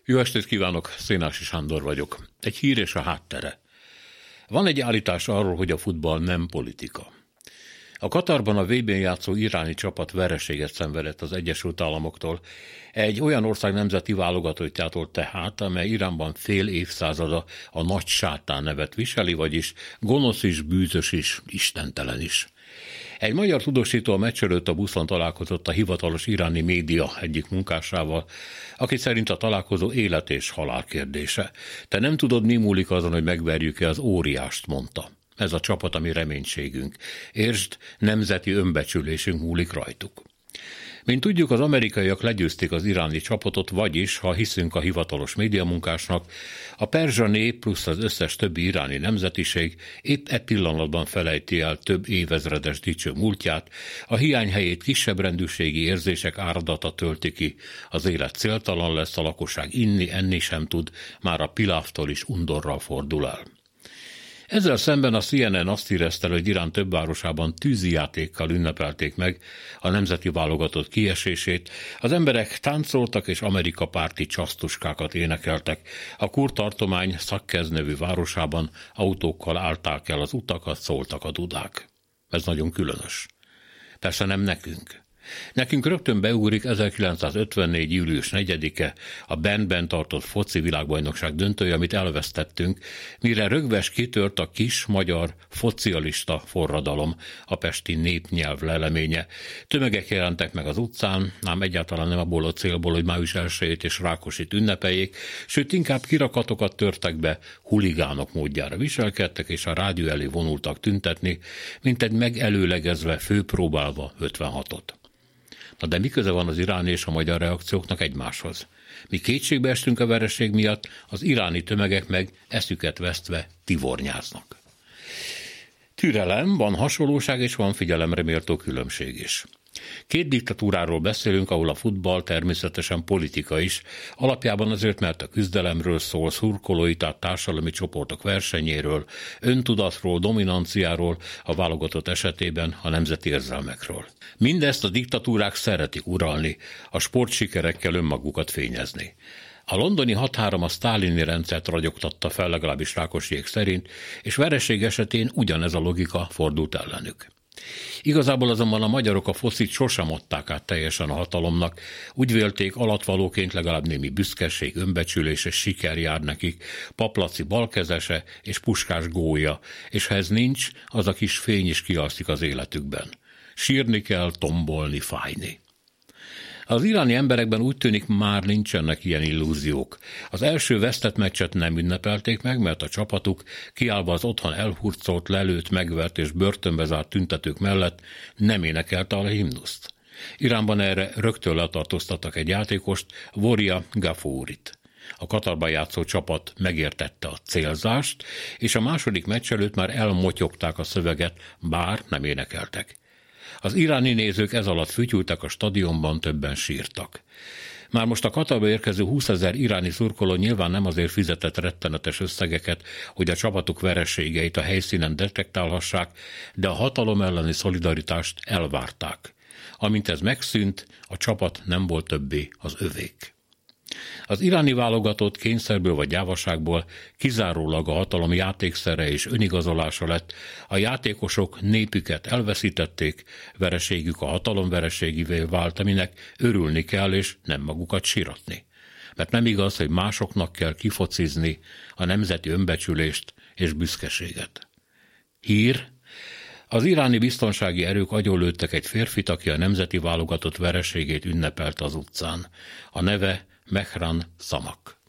Jó estét kívánok, Szénási Sándor vagyok. Egy hír és a háttere. Van egy állítás arról, hogy a futball nem politika. A Katarban a VB-n játszó iráni csapat vereséget szenvedett az Egyesült Államoktól, egy olyan ország nemzeti válogatottjától tehát, amely Iránban fél évszázada a nagy sátán nevet viseli, vagyis gonosz is, bűzös is, istentelen is. Egy magyar tudósító a meccs előtt a buszon találkozott a hivatalos iráni média egyik munkásával, aki szerint a találkozó élet és halál kérdése. Te nem tudod, mi múlik azon, hogy megverjük-e az óriást, mondta. Ez a csapat a mi reménységünk. Értsd, nemzeti önbecsülésünk múlik rajtuk. Mint tudjuk, az amerikaiak legyőzték az iráni csapatot, vagyis, ha hiszünk a hivatalos médiamunkásnak, a perzsa nép plusz az összes többi iráni nemzetiség épp e pillanatban felejti el több évezredes dicső múltját, a hiány helyét kisebb rendűségi érzések áradata tölti ki, az élet céltalan lesz, a lakosság enni sem tud, már a pilávtól is undorral fordul el. Ezzel szemben a CNN azt hírezte, hogy Irán több városában tűzijátékkal ünnepelték meg a nemzeti válogatott kiesését, az emberek táncoltak és Amerika párti csasztuskákat énekeltek, a kurd tartomány Szakkez nevű városában autókkal állták el az utakat, szóltak a dudák. Ez nagyon különös. Persze nem nekünk. Nekünk rögtön beugrik 1954. július 4-e a Bernben tartott foci világbajnokság döntője, amit elvesztettünk, mire rögves kitört a kis magyar focialista forradalom, a pesti népnyelv leleménye. Tömegek jelentek meg az utcán, ám egyáltalán nem abból a célból, hogy május 1-ét és Rákosit ünnepeljék, sőt inkább kirakatokat törtek be, huligánok módjára viselkedtek, és a rádió elé vonultak tüntetni, mint egy megelőlegezve, főpróbálva 56-ot. Na de mi köze van az iráni és a magyar reakcióknak egymáshoz? Mi kétségbe estünk a vereség miatt, az iráni tömegek meg eszüket vesztve tivornyáznak. Türelem, van hasonlóság és van figyelemre méltó különbség is. Két diktatúráról beszélünk, ahol a futball természetesen politika is, alapjában azért, mert a küzdelemről szól, szurkolói, tehát társadalmi csoportok versenyéről, öntudatról, dominanciáról, a válogatott esetében a nemzeti érzelmekről. Mindezt a diktatúrák szeretik uralni, a sportsikerekkel önmagukat fényezni. A londoni 6-3 a sztálini rendszert ragyogtatta fel, legalábbis Rákosiék szerint, és vereség esetén ugyanez a logika fordult ellenük. Igazából azonban a magyarok a focit sosem adták át teljesen a hatalomnak, úgy vélték, alattvalóként legalább némi büszkeség, önbecsülés és siker jár nekik, Paplaci balkezese és Puskás gólya, és ha ez nincs, az a kis fény is kialszik az életükben. Sírni kell, tombolni, fájni. Az iráni emberekben úgy tűnik, már nincsenek ilyen illúziók. Az első vesztett meccset nem ünnepelték meg, mert a csapatuk kiállva az otthon elhurcolt, lelőtt, megvert és börtönbe zárt tüntetők mellett nem énekelte a himnuszt. Iránban erre rögtön letartóztattak egy játékost, Voria Gafourit. A Katarban játszó csapat megértette a célzást, és a második meccs előtt már elmotyogták a szöveget, bár nem énekeltek. Az iráni nézők ez alatt fütyültek a stadionban, többen sírtak. Már most a Katarba érkező 20 000 iráni szurkoló nyilván nem azért fizetett rettenetes összegeket, hogy a csapatuk vereségeit a helyszínen detektálhassák, de a hatalom elleni szolidaritást elvárták. Amint ez megszűnt, a csapat nem volt többé az övék. Az iráni válogatott kényszerből vagy gyávaságból kizárólag a hatalom játékszere és önigazolása lett, a játékosok népüket elveszítették, vereségük a hatalom vereségévé vált, aminek örülni kell és nem magukat síratni. Mert nem igaz, hogy másoknak kell kifocizni a nemzeti önbecsülést és büszkeséget. Hír: az iráni biztonsági erők agyonlőttek egy férfit, aki a nemzeti válogatott vereségét ünnepelte az utcán. A neve Mehran Samak.